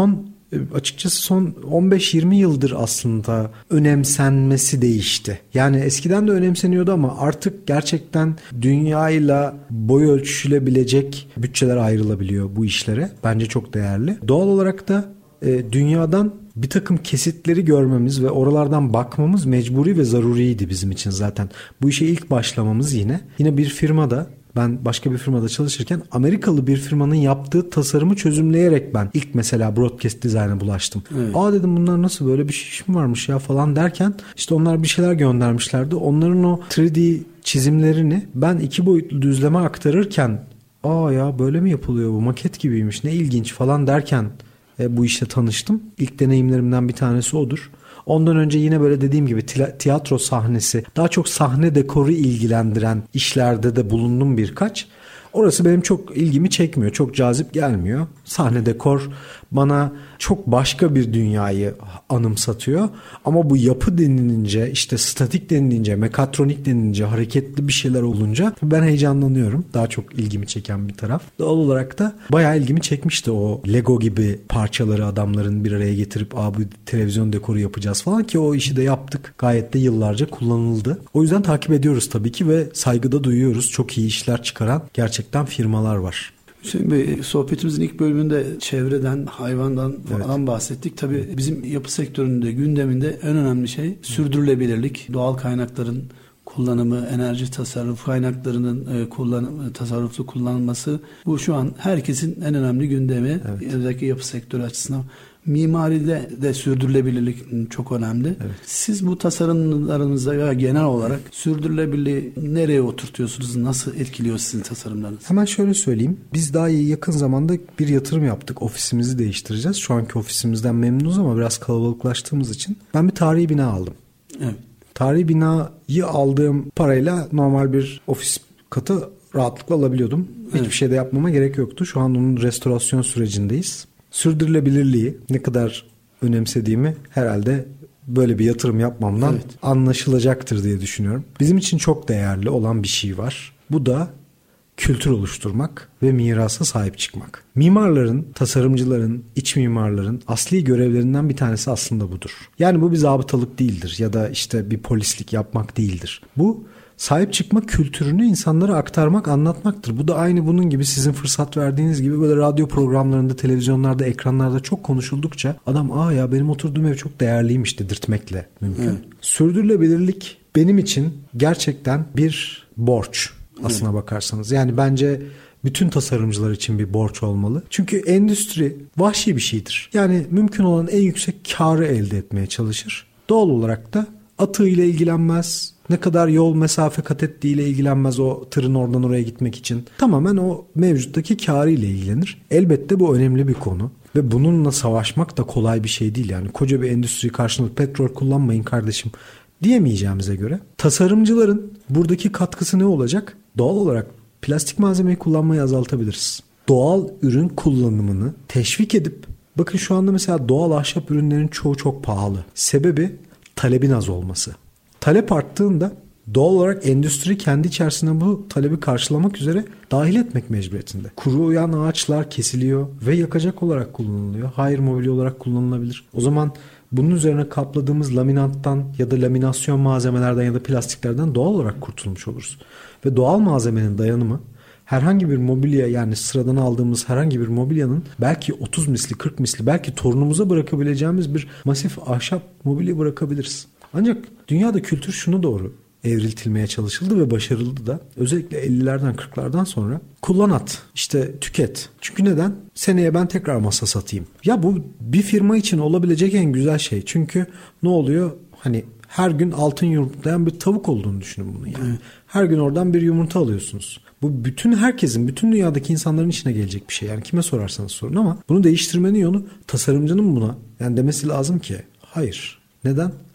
açıkçası son on beş yirmi yıldır aslında önemsenmesi değişti. Yani eskiden de önemseniyordu ama artık gerçekten dünyayla boy ölçüşülebilecek bütçeler ayrılabiliyor bu işlere. Bence çok değerli. Doğal olarak da e, dünyadan bir takım kesitleri görmemiz ve oralardan bakmamız mecburi ve zaruriydi bizim için zaten. Bu işe ilk başlamamız yine yine bir firmada, ben başka bir firmada çalışırken Amerikalı bir firmanın yaptığı tasarımı çözümleyerek ben ilk mesela broadcast design'a bulaştım. Evet. Aa dedim, bunlar nasıl, böyle bir şey mi varmış ya falan derken işte onlar bir şeyler göndermişlerdi. Onların o üç D çizimlerini ben iki boyutlu düzleme aktarırken aa ya böyle mi yapılıyor, bu maket gibiymiş, ne ilginç falan derken e, bu işle tanıştım. İlk deneyimlerimden bir tanesi odur. Ondan önce yine böyle dediğim gibi tiyatro sahnesi, daha çok sahne dekoru ilgilendiren işlerde de bulundum birkaç. Orası benim çok ilgimi çekmiyor, çok cazip gelmiyor. Sahne dekor bana çok başka bir dünyayı anımsatıyor. Ama bu yapı denilince, işte statik denilince, mekatronik denilince, hareketli bir şeyler olunca ben heyecanlanıyorum. Daha çok ilgimi çeken bir taraf. Doğal olarak da bayağı ilgimi çekmişti o Lego gibi parçaları adamların bir araya getirip "Aa, bu televizyon dekoru yapacağız" falan, ki o işi de yaptık. Gayet de yıllarca kullanıldı. O yüzden takip ediyoruz tabii ki ve saygıda duyuyoruz. Çok iyi işler çıkaran gerçekten firmalar var. Hüseyin Bey, sohbetimizin ilk bölümünde çevreden, hayvandan falan evet. bahsettik. Tabii bizim yapı sektöründe gündeminde en önemli şey sürdürülebilirlik, doğal kaynakların kullanımı, enerji tasarrufu kaynaklarının kullanımı, tasarruflu kullanılması. Bu şu an herkesin en önemli gündemi. Evet. Özellikle yapı sektörü açısından. Mimaride de sürdürülebilirlik çok önemli. Evet. Siz bu tasarımlarınızda ya genel olarak sürdürülebilirliği nereye oturtuyorsunuz? Nasıl etkiliyor sizin tasarımlarınız? Hemen şöyle söyleyeyim. Biz daha iyi yakın zamanda bir yatırım yaptık. Ofisimizi değiştireceğiz. Şu anki ofisimizden memnunuz ama biraz kalabalıklaştığımız için ben bir tarihi bina aldım. Evet. Tarihi binayı aldığım parayla normal bir ofis katı rahatlıkla alabiliyordum. Evet. Hiçbir şey de yapmama gerek yoktu. Şu an onun restorasyon sürecindeyiz. Sürdürülebilirliği ne kadar önemsediğimi herhalde böyle bir yatırım yapmamdan evet. anlaşılacaktır diye düşünüyorum. Bizim için çok değerli olan bir şey var. Bu da kültür oluşturmak ve mirasa sahip çıkmak. Mimarların, tasarımcıların, iç mimarların asli görevlerinden bir tanesi aslında budur. Yani bu bir zabıtalık değildir ya da işte bir polislik yapmak değildir. Bu sahip çıkma kültürünü insanlara aktarmak, anlatmaktır. Bu da aynı bunun gibi sizin fırsat verdiğiniz gibi böyle radyo programlarında, televizyonlarda, ekranlarda çok konuşuldukça adam aa ya benim oturduğum ev çok değerliymiş dedirtmekle mümkün. Evet. Sürdürülebilirlik benim için gerçekten bir borç aslına evet. bakarsanız. Yani bence bütün tasarımcılar için bir borç olmalı. Çünkü endüstri vahşi bir şeydir. Yani mümkün olan en yüksek karı elde etmeye çalışır. Doğal olarak da atığıyla ilgilenmez. Ne kadar yol mesafe kat ettiğiyle ilgilenmez o tırın oradan oraya gitmek için. Tamamen o mevcuttaki kârı ile ilgilenir. Elbette bu önemli bir konu. Ve bununla savaşmak da kolay bir şey değil. Yani koca bir endüstri karşısında petrol kullanmayın kardeşim diyemeyeceğimize göre tasarımcıların buradaki katkısı ne olacak? Doğal olarak plastik malzemeyi kullanmayı azaltabiliriz. Doğal ürün kullanımını teşvik edip, bakın şu anda mesela doğal ahşap ürünlerin çoğu çok pahalı. Sebebi talebin az olması. Talep arttığında doğal olarak endüstri kendi içerisinde bu talebi karşılamak üzere dahil etmek mecburiyetinde. Kuruyan ağaçlar kesiliyor ve yakacak olarak kullanılıyor. Hayır, mobilya olarak kullanılabilir. O zaman bunun üzerine kapladığımız laminattan ya da laminasyon malzemelerden ya da plastiklerden doğal olarak kurtulmuş oluruz. Ve doğal malzemenin dayanımı herhangi bir mobilya, yani sıradan aldığımız herhangi bir mobilyanın belki otuz misli, kırk misli, belki torunumuza bırakabileceğimiz bir masif ahşap mobilya bırakabiliriz. Ancak dünyada kültür şunu doğru evriltilmeye çalışıldı ve başarıldı da. Özellikle ellilerden kırklardan sonra kullan at, işte tüket. Çünkü neden? Seneye ben tekrar masa satayım. Ya bu bir firma için olabilecek en güzel şey. Çünkü ne oluyor? Hani her gün altın yumurtlayan bir tavuk olduğunu düşünün bunu yani. Her gün oradan bir yumurta alıyorsunuz. Bu bütün herkesin, bütün dünyadaki insanların işine gelecek bir şey. Yani kime sorarsanız sorun, ama bunu değiştirmenin yolu tasarımcının buna yani demesi lazım ki hayır. Neden?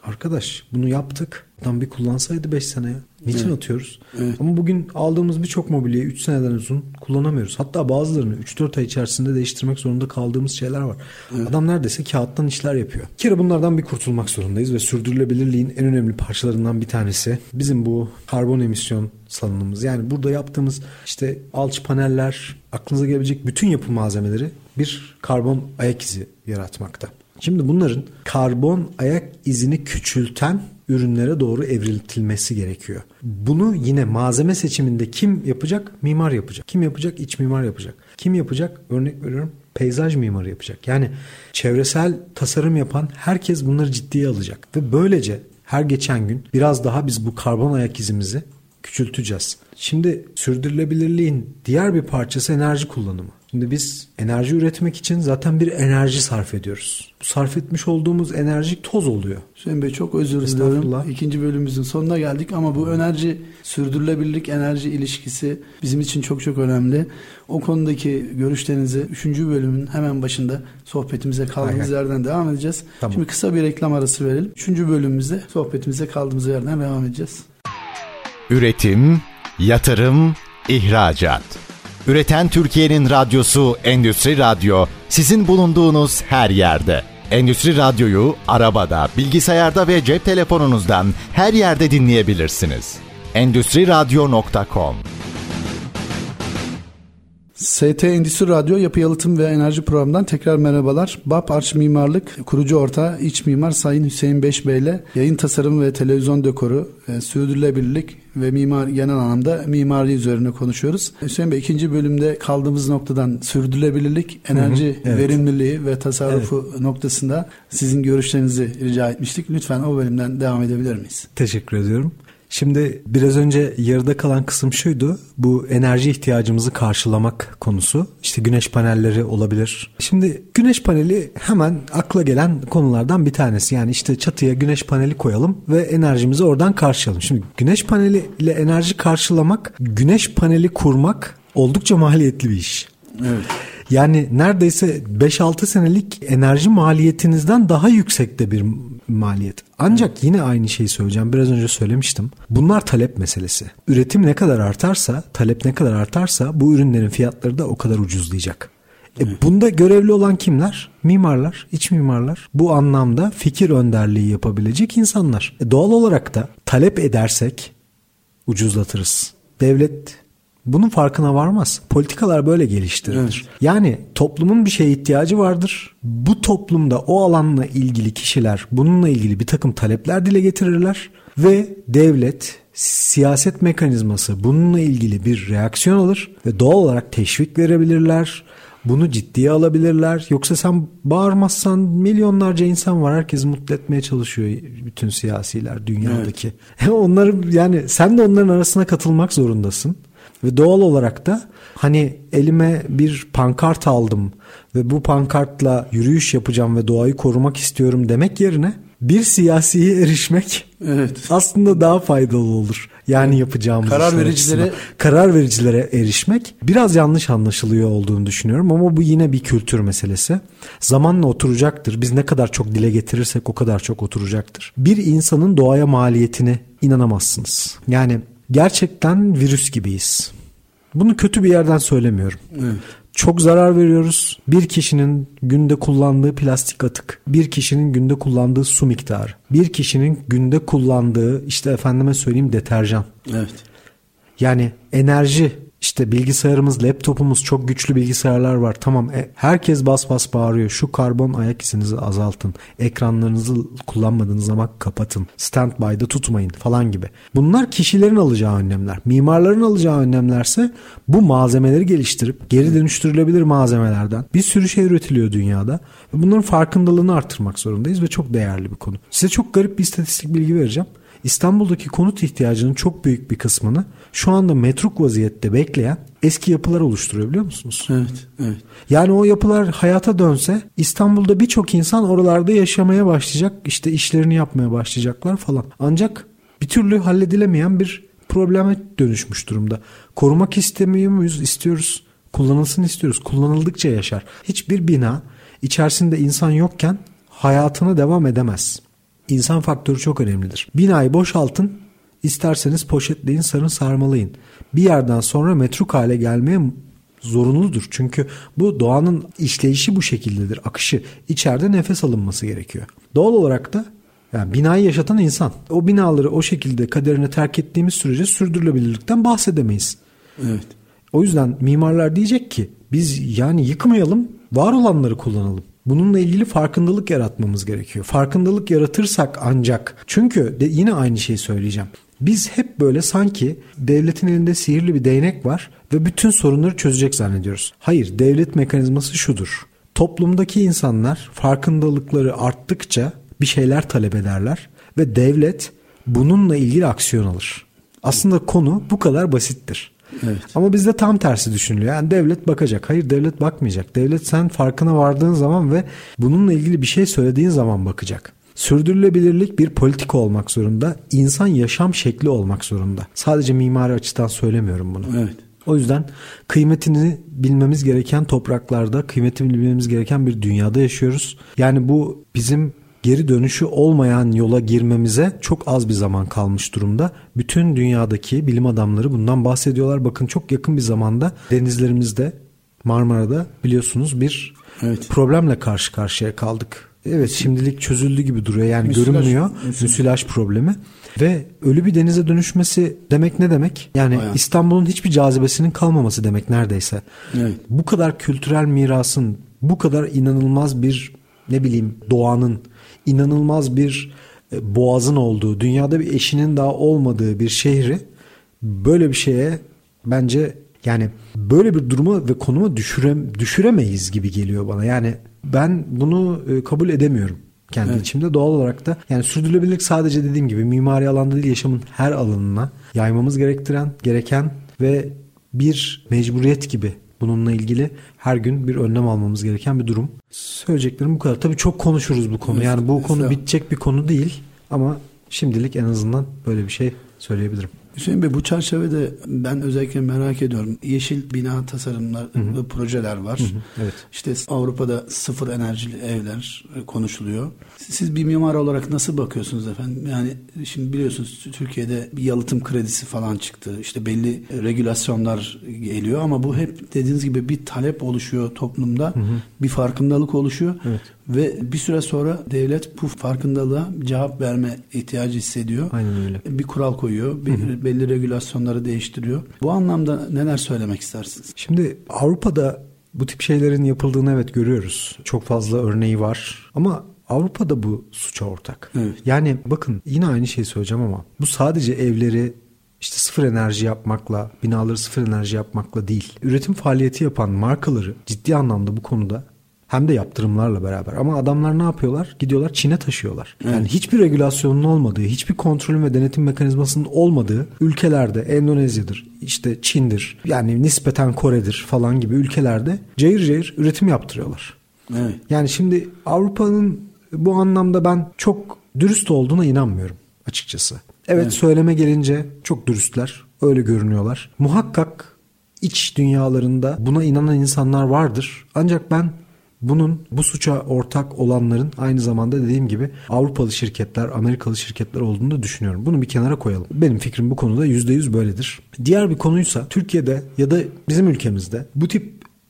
Arkadaş bunu yaptık. Adam bir kullansaydı beş sene ya. Niçin evet. atıyoruz? Evet. Ama bugün aldığımız birçok mobilyayı üç seneden uzun kullanamıyoruz. Hatta bazılarını üç dört ay içerisinde değiştirmek zorunda kaldığımız şeyler var. Evet. Adam neredeyse kağıttan işler yapıyor. Bir kere bunlardan bir kurtulmak zorundayız ve sürdürülebilirliğin en önemli parçalarından bir tanesi bizim bu karbon emisyon salınımımız. Yani burada yaptığımız işte alç paneller, aklınıza gelebilecek bütün yapı malzemeleri bir karbon ayak izi yaratmakta. Şimdi bunların karbon ayak izini küçülten ürünlere doğru evriltilmesi gerekiyor. Bunu yine malzeme seçiminde kim yapacak? Mimar yapacak. Kim yapacak? İç mimar yapacak. Kim yapacak? Örnek veriyorum, peyzaj mimarı yapacak. Yani çevresel tasarım yapan herkes bunları ciddiye alacak. Ve böylece her geçen gün biraz daha biz bu karbon ayak izimizi küçülteceğiz. Şimdi sürdürülebilirliğin diğer bir parçası enerji kullanımı. Şimdi biz enerji üretmek için zaten bir enerji sarf ediyoruz. Bu sarf etmiş olduğumuz enerji toz oluyor. Hüseyin Bey çok özür dilerim. İkinci bölümümüzün sonuna geldik ama bu enerji, sürdürülebilirlik enerji ilişkisi bizim için çok çok önemli. O konudaki görüşlerinizi üçüncü bölümün hemen başında sohbetimize kaldığımız Aynen. yerden devam edeceğiz. Tamam. Şimdi kısa bir reklam arası verelim. Üçüncü bölümümüzde sohbetimize kaldığımız yerden devam edeceğiz. Üretim, yatırım, ihracat. Üreten Türkiye'nin radyosu Endüstri Radyo, sizin bulunduğunuz her yerde. Endüstri Radyo'yu arabada, bilgisayarda ve cep telefonunuzdan her yerde dinleyebilirsiniz. endüstri radyo nokta com. S T Endüstri Radyo Yapı Yalıtım ve Enerji Programı'ndan tekrar merhabalar. B A P Arç Mimarlık kurucu ortağı iç mimar Sayın Hüseyin Beşbey ile yayın tasarım ve televizyon dekoru, e, sürdürülebilirlik ve mimar genel anlamda mimari üzerine konuşuyoruz. Hüseyin Bey, ikinci bölümde kaldığımız noktadan sürdürülebilirlik, enerji hı hı, evet. verimliliği ve tasarrufu evet. noktasında sizin görüşlerinizi rica etmiştik. Lütfen o bölümden devam edebilir miyiz? Teşekkür ediyorum. Şimdi biraz önce yarıda kalan kısım şuydu. Bu enerji ihtiyacımızı karşılamak konusu. İşte güneş panelleri olabilir. Şimdi güneş paneli hemen akla gelen konulardan bir tanesi. Yani işte çatıya güneş paneli koyalım ve enerjimizi oradan karşılayalım. Şimdi güneş paneli ile enerji karşılamak, güneş paneli kurmak oldukça maliyetli bir iş. Evet. Yani neredeyse beş altı senelik enerji maliyetinizden daha yüksekte bir maliyet. Ancak yine aynı şeyi söyleyeceğim. Biraz önce söylemiştim. Bunlar talep meselesi. Üretim ne kadar artarsa, talep ne kadar artarsa bu ürünlerin fiyatları da o kadar ucuzlayacak. E bunda görevli olan kimler? Mimarlar, iç mimarlar. Bu anlamda fikir önderliği yapabilecek insanlar. E doğal olarak da talep edersek ucuzlatırız. Devlet bunun farkına varmaz. Politikalar böyle geliştirilir. Evet. Yani toplumun bir şeye ihtiyacı vardır. Bu toplumda o alanla ilgili kişiler bununla ilgili bir takım talepler dile getirirler ve devlet, siyaset mekanizması bununla ilgili bir reaksiyon alır ve doğal olarak teşvik verebilirler. Bunu ciddiye alabilirler. Yoksa sen bağırmazsan milyonlarca insan var. Herkesi mutlu etmeye çalışıyor bütün siyasiler dünyadaki. Evet. Onları, yani sen de onların arasına katılmak zorundasın. Ve doğal olarak da hani elime bir pankart aldım ve bu pankartla yürüyüş yapacağım ve doğayı korumak istiyorum demek yerine bir siyasiye erişmek evet. aslında daha faydalı olur. Yani yapacağımız karar vericilere karar vericilere erişmek biraz yanlış anlaşılıyor olduğunu düşünüyorum ama bu yine bir kültür meselesi. Zamanla oturacaktır. Biz ne kadar çok dile getirirsek o kadar çok oturacaktır. Bir insanın doğaya maliyetine inanamazsınız. Yani gerçekten virüs gibiyiz. Bunu kötü bir yerden söylemiyorum. Evet. Çok zarar veriyoruz. Bir kişinin günde kullandığı plastik atık, bir kişinin günde kullandığı su miktarı, bir kişinin günde kullandığı işte efendime söyleyeyim deterjan. Evet. Yani enerji, işte bilgisayarımız, laptopumuz, çok güçlü bilgisayarlar var. Tamam, e, herkes bas bas bağırıyor. Şu karbon ayak izinizi azaltın. Ekranlarınızı kullanmadığınız zaman kapatın. Standby'da tutmayın falan gibi. Bunlar kişilerin alacağı önlemler. Mimarların alacağı önlemlerse bu malzemeleri geliştirip geri dönüştürülebilir malzemelerden bir sürü şey üretiliyor dünyada. Ve bunların farkındalığını artırmak zorundayız ve çok değerli bir konu. Size çok garip bir istatistik bilgi vereceğim. İstanbul'daki konut ihtiyacının çok büyük bir kısmını şu anda metruk vaziyette bekleyen eski yapılar oluşturuyor, biliyor musunuz? Evet, evet. Yani o yapılar hayata dönse İstanbul'da birçok insan oralarda yaşamaya başlayacak, işte işlerini yapmaya başlayacaklar falan. Ancak bir türlü halledilemeyen bir probleme dönüşmüş durumda. Korumak istemiyor muyuz? İstiyoruz. Kullanılsın istiyoruz. Kullanıldıkça yaşar. Hiçbir bina içerisinde insan yokken hayatına devam edemez. İnsan faktörü çok önemlidir. Binayı boşaltın, isterseniz poşetleyin, sarın, sarmalayın. Bir yerden sonra metruk hale gelmeye zorunludur. Çünkü bu doğanın işleyişi bu şekildedir. Akışı. İçeride nefes alınması gerekiyor. Doğal olarak da yani binayı yaşatan insan. O binaları o şekilde kaderine terk ettiğimiz sürece sürdürülebilirlikten bahsedemeyiz. Evet. O yüzden mimarlar diyecek ki biz yani yıkmayalım, var olanları kullanalım. Bununla ilgili farkındalık yaratmamız gerekiyor. Farkındalık yaratırsak ancak, çünkü de yine aynı şeyi söyleyeceğim. Biz hep böyle sanki devletin elinde sihirli bir değnek var ve bütün sorunları çözecek zannediyoruz. Hayır, devlet mekanizması şudur. Toplumdaki insanlar farkındalıkları arttıkça bir şeyler talep ederler ve devlet bununla ilgili aksiyon alır. Aslında konu bu kadar basittir. Evet. Ama bizde tam tersi düşünülüyor. Yani devlet bakacak. Hayır, devlet bakmayacak. Devlet sen farkına vardığın zaman ve bununla ilgili bir şey söylediğin zaman bakacak. Sürdürülebilirlik bir politika olmak zorunda. İnsan yaşam şekli olmak zorunda. Sadece mimari açıdan söylemiyorum bunu. Evet. O yüzden kıymetini bilmemiz gereken topraklarda, kıymetini bilmemiz gereken bir dünyada yaşıyoruz. Yani bu bizim geri dönüşü olmayan yola girmemize çok az bir zaman kalmış durumda. Bütün dünyadaki bilim adamları bundan bahsediyorlar. Bakın çok yakın bir zamanda denizlerimizde, Marmara'da biliyorsunuz bir evet. problemle karşı karşıya kaldık. Evet, şimdilik çözüldü gibi duruyor. Yani müsilaj, görünmüyor. Müsilaj. müsilaj problemi. Ve ölü bir denize dönüşmesi demek ne demek? Yani Bayağı. İstanbul'un hiçbir cazibesinin kalmaması demek neredeyse. Evet. Bu kadar kültürel mirasın, bu kadar inanılmaz bir ne bileyim doğanın, inanılmaz bir boğazın olduğu, dünyada bir eşinin daha olmadığı bir şehri böyle bir şeye bence yani böyle bir duruma ve konuma düşüre, düşüremeyiz gibi geliyor bana. Yani ben bunu kabul edemiyorum kendi evet. içimde. Doğal olarak da yani sürdürülebilirlik sadece dediğim gibi mimari alanda değil, yaşamın her alanına yaymamız gerektiren, gereken ve bir mecburiyet gibi bununla ilgili her gün bir önlem almamız gereken bir durum. Söyleyeceklerim bu kadar. Tabii çok konuşuruz bu konu. Yani bu konu bitecek bir konu değil ama şimdilik en azından böyle bir şey söyleyebilirim. Hüseyin Bey, bu çerçevede ben özellikle merak ediyorum. Yeşil bina tasarımlar hı hı. ve projeler var. Hı hı. Evet. İşte Avrupa'da sıfır enerjili evler konuşuluyor. Siz bir mimar olarak nasıl bakıyorsunuz efendim? Yani şimdi biliyorsunuz Türkiye'de bir yalıtım kredisi falan çıktı. İşte belli regülasyonlar geliyor ama bu hep dediğiniz gibi bir talep oluşuyor toplumda. Hı hı. Bir farkındalık oluşuyor. Evet. Ve bir süre sonra devlet bu farkındalığa cevap verme ihtiyacı hissediyor. Aynen öyle. Bir kural koyuyor. Bir, hı hı. belli regülasyonları değiştiriyor. Bu anlamda neler söylemek istersiniz? Şimdi Avrupa'da bu tip şeylerin yapıldığını evet görüyoruz. Çok fazla örneği var. Ama Avrupa'da bu suça ortak. Evet. Yani bakın yine aynı şeyi söyleyeceğim ama bu sadece evleri işte sıfır enerji yapmakla, binaları sıfır enerji yapmakla değil. Üretim faaliyeti yapan markaları ciddi anlamda bu konuda hem de yaptırımlarla beraber. Ama adamlar ne yapıyorlar? Gidiyorlar Çin'e taşıyorlar. Evet. Yani hiçbir regülasyonun olmadığı, hiçbir kontrolün ve denetim mekanizmasının olmadığı ülkelerde, Endonezya'dır, işte Çin'dir, yani nispeten Kore'dir falan gibi ülkelerde cayır cayır üretim yaptırıyorlar. Evet. Yani şimdi Avrupa'nın bu anlamda ben çok dürüst olduğuna inanmıyorum açıkçası. Evet, evet. Söyleme gelince çok dürüstler, öyle görünüyorlar. Muhakkak iç dünyalarında buna inanan insanlar vardır. Ancak ben bunun bu suça ortak olanların aynı zamanda dediğim gibi Avrupalı şirketler, Amerikalı şirketler olduğunu da düşünüyorum. Bunu bir kenara koyalım. Benim fikrim bu konuda yüzde yüz böyledir. Diğer bir konuysa Türkiye'de ya da bizim ülkemizde bu tip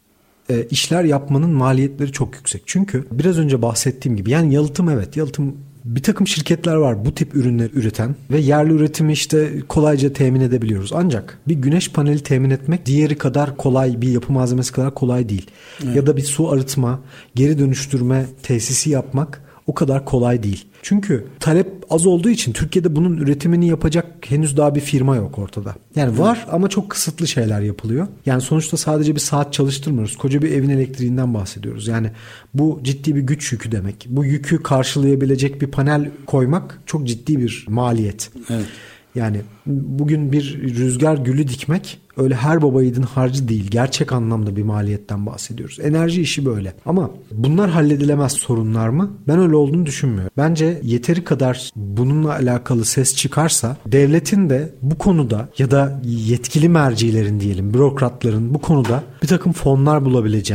e, işler yapmanın maliyetleri çok yüksek. Çünkü biraz önce bahsettiğim gibi yani yalıtım evet yalıtım bir takım şirketler var bu tip ürünler üreten ve yerli üretimi işte kolayca temin edebiliyoruz. Ancak bir güneş paneli temin etmek diğeri kadar kolay, bir yapı malzemesi kadar kolay değil. Evet. Ya da bir su arıtma, geri dönüştürme tesisi yapmak o kadar kolay değil. Çünkü talep az olduğu için Türkiye'de bunun üretimini yapacak henüz daha bir firma yok ortada. Yani var ama çok kısıtlı şeyler yapılıyor. Yani sonuçta sadece bir saat çalıştırmıyoruz. Koca bir evin elektriğinden bahsediyoruz. Yani bu ciddi bir güç yükü demek. Bu yükü karşılayabilecek bir panel koymak çok ciddi bir maliyet. Evet. Yani bugün bir rüzgar gülü dikmek öyle her baba yiğidin harcı değil. Gerçek anlamda bir maliyetten bahsediyoruz. Enerji işi böyle. Ama bunlar halledilemez sorunlar mı? Ben öyle olduğunu düşünmüyorum. Bence yeteri kadar bununla alakalı ses çıkarsa devletin de bu konuda ya da yetkili mercilerin diyelim, bürokratların bu konuda bir takım fonlar bulabileceğini,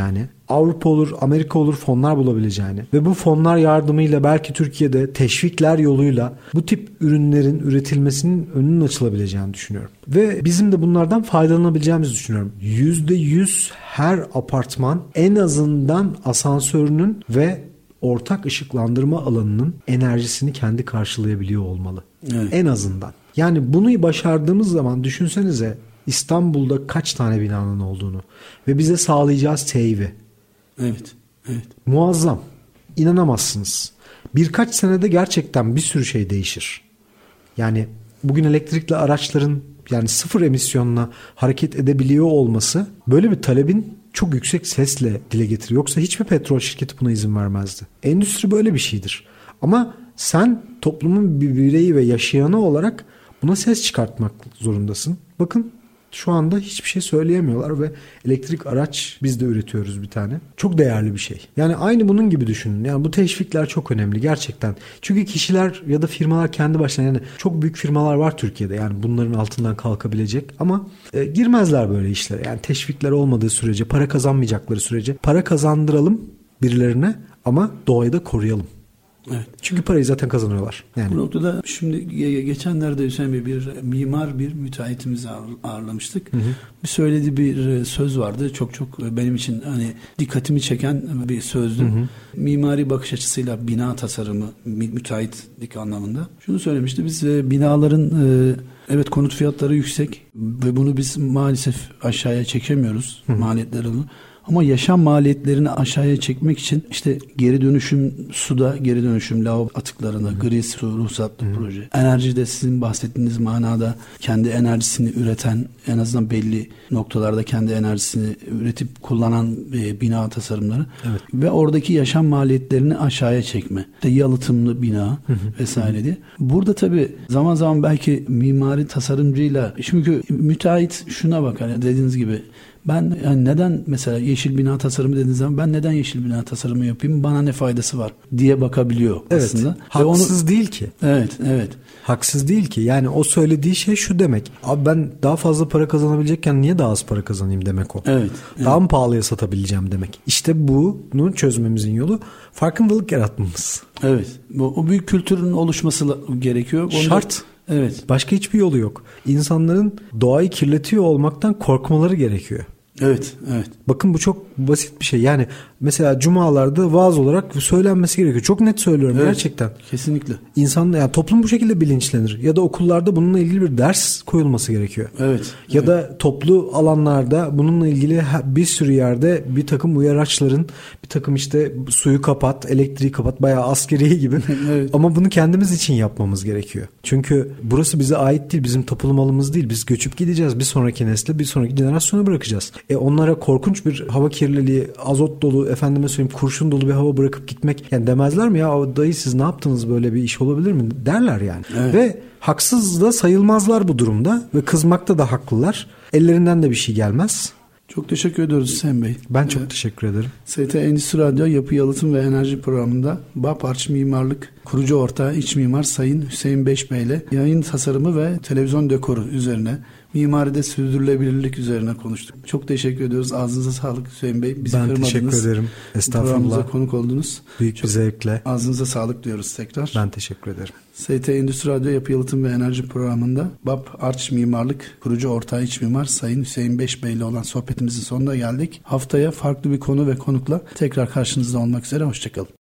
Avrupa olur, Amerika olur fonlar bulabileceğini ve bu fonlar yardımıyla belki Türkiye'de teşvikler yoluyla bu tip ürünlerin üretilmesinin önünün açılabileceğini düşünüyorum. Ve bizim de bunlardan faydalanabileceğimizi düşünüyorum. yüzde yüz her apartman en azından asansörünün ve ortak ışıklandırma alanının enerjisini kendi karşılayabiliyor olmalı. Evet. En azından. Yani bunu başardığımız zaman düşünsenize İstanbul'da kaç tane binanın olduğunu ve bize sağlayacağız teyvi. Evet. Evet. Muazzam. İnanamazsınız. Birkaç senede gerçekten bir sürü şey değişir. Yani bugün elektrikli araçların yani sıfır emisyonla hareket edebiliyor olması böyle bir talebin çok yüksek sesle dile getiriyor. Yoksa hiçbir petrol şirketi buna izin vermezdi. Endüstri böyle bir şeydir. Ama sen toplumun bir bireyi ve yaşayanı olarak buna ses çıkartmak zorundasın. Bakın şu anda hiçbir şey söyleyemiyorlar ve elektrik araç biz de üretiyoruz bir tane. Çok değerli bir şey. Yani aynı bunun gibi düşünün. Yani bu teşvikler çok önemli gerçekten. Çünkü kişiler ya da firmalar kendi başına yani çok büyük firmalar var Türkiye'de. Yani bunların altından kalkabilecek ama e, girmezler böyle işlere. Yani teşvikler olmadığı sürece, para kazanmayacakları sürece para kazandıralım birilerine ama doğayı da koruyalım. Evet. Çünkü parayı zaten kazanıyorlar. Yani. Bu noktada şimdi geçenlerde Hüseyin Bey bir mimar bir müteahhitimizi ağırlamıştık. Hı hı. Bir söylediği bir söz vardı. Çok çok benim için hani dikkatimi çeken bir sözdü. Hı hı. Mimari bakış açısıyla bina tasarımı müteahhitlik anlamında. Şunu söylemişti. Biz binaların evet konut fiyatları yüksek ve bunu biz maalesef aşağıya çekemiyoruz. Hı hı. Maliyetleri bunu. Ama yaşam maliyetlerini aşağıya çekmek için işte geri dönüşüm suda, geri dönüşüm lavabo atıklarına, gri su ruhsatlı Hı. proje. Enerjide sizin bahsettiğiniz manada kendi enerjisini üreten, en azından belli noktalarda kendi enerjisini üretip kullanan e, bina tasarımları evet. Ve oradaki yaşam maliyetlerini aşağıya çekme. İşte yalıtımlı bina Hı. vesaire diye. Burada tabii zaman zaman belki mimari tasarımcıyla, çünkü müteahhit şuna bakar dediğiniz gibi. Ben yani neden mesela yeşil bina tasarımı dediğiniz zaman ben neden yeşil bina tasarımı yapayım? Bana ne faydası var diye bakabiliyor evet, aslında. Haksız onu, değil ki. Evet, evet. Haksız değil ki. Yani o söylediği şey şu demek. Abi ben daha fazla para kazanabilecekken niye daha az para kazanayım demek o. Evet. Daha evet. mı pahalıya satabileceğim demek. İşte bunu çözmemizin yolu farkındalık yaratmamız. Evet. Bu, o büyük kültürün oluşması gerekiyor. Onu Şart. Da, evet. Başka hiçbir yolu yok. İnsanların doğayı kirletiyor olmaktan korkmaları gerekiyor. Evet, evet. Bakın bu çok basit bir şey. Yani mesela cumalarda vaaz olarak söylenmesi gerekiyor. Çok net söylüyorum evet, gerçekten. Kesinlikle. İnsan yani toplum bu şekilde bilinçlenir. Ya da okullarda bununla ilgili bir ders koyulması gerekiyor. Evet. Ya evet. da toplu alanlarda bununla ilgili bir sürü yerde bir takım uyaraçların, bir takım işte suyu kapat, elektriği kapat, bayağı askeri gibi. evet. Ama bunu kendimiz için yapmamız gerekiyor. Çünkü burası bize ait değil, bizim toplum alanımız değil. Biz göçüp gideceğiz. Bir sonraki nesle, bir sonraki jenerasyona bırakacağız. E onlara korkunç bir hava kirliliği, azot dolu, efendime söyleyeyim kurşun dolu bir hava bırakıp gitmek yani demezler mi ya dayı siz ne yaptınız, böyle bir iş olabilir mi derler yani. Evet. Ve haksız da sayılmazlar bu durumda ve kızmakta da haklılar. Ellerinden de bir şey gelmez. Çok teşekkür ediyoruz Hüseyin Bey. Ben çok evet. teşekkür ederim. S T Endüstri Radyo Yapı Yalıtım ve Enerji programında B A P Arç Mimarlık kurucu ortağı iç mimar Sayın Hüseyin Beş Bey ile yayın tasarımı ve televizyon dekoru üzerine, mimaride sürdürülebilirlik üzerine konuştuk. Çok teşekkür ediyoruz. Ağzınıza sağlık Hüseyin Bey. Bizi ben kırmadınız. teşekkür ederim. Estağfurullah. Programımıza konuk oldunuz. Büyük Çok bir zevkle. Ağzınıza sağlık diyoruz tekrar. Ben teşekkür ederim. S T Endüstri Radyo Yapı Yalıtım ve Enerji programında B A P Arç Mimarlık kurucu ortağı iç mimar Sayın Hüseyin Beş Bey ile olan sohbetimizin sonuna geldik. Haftaya farklı bir konu ve konukla tekrar karşınızda olmak üzere. Hoşçakalın.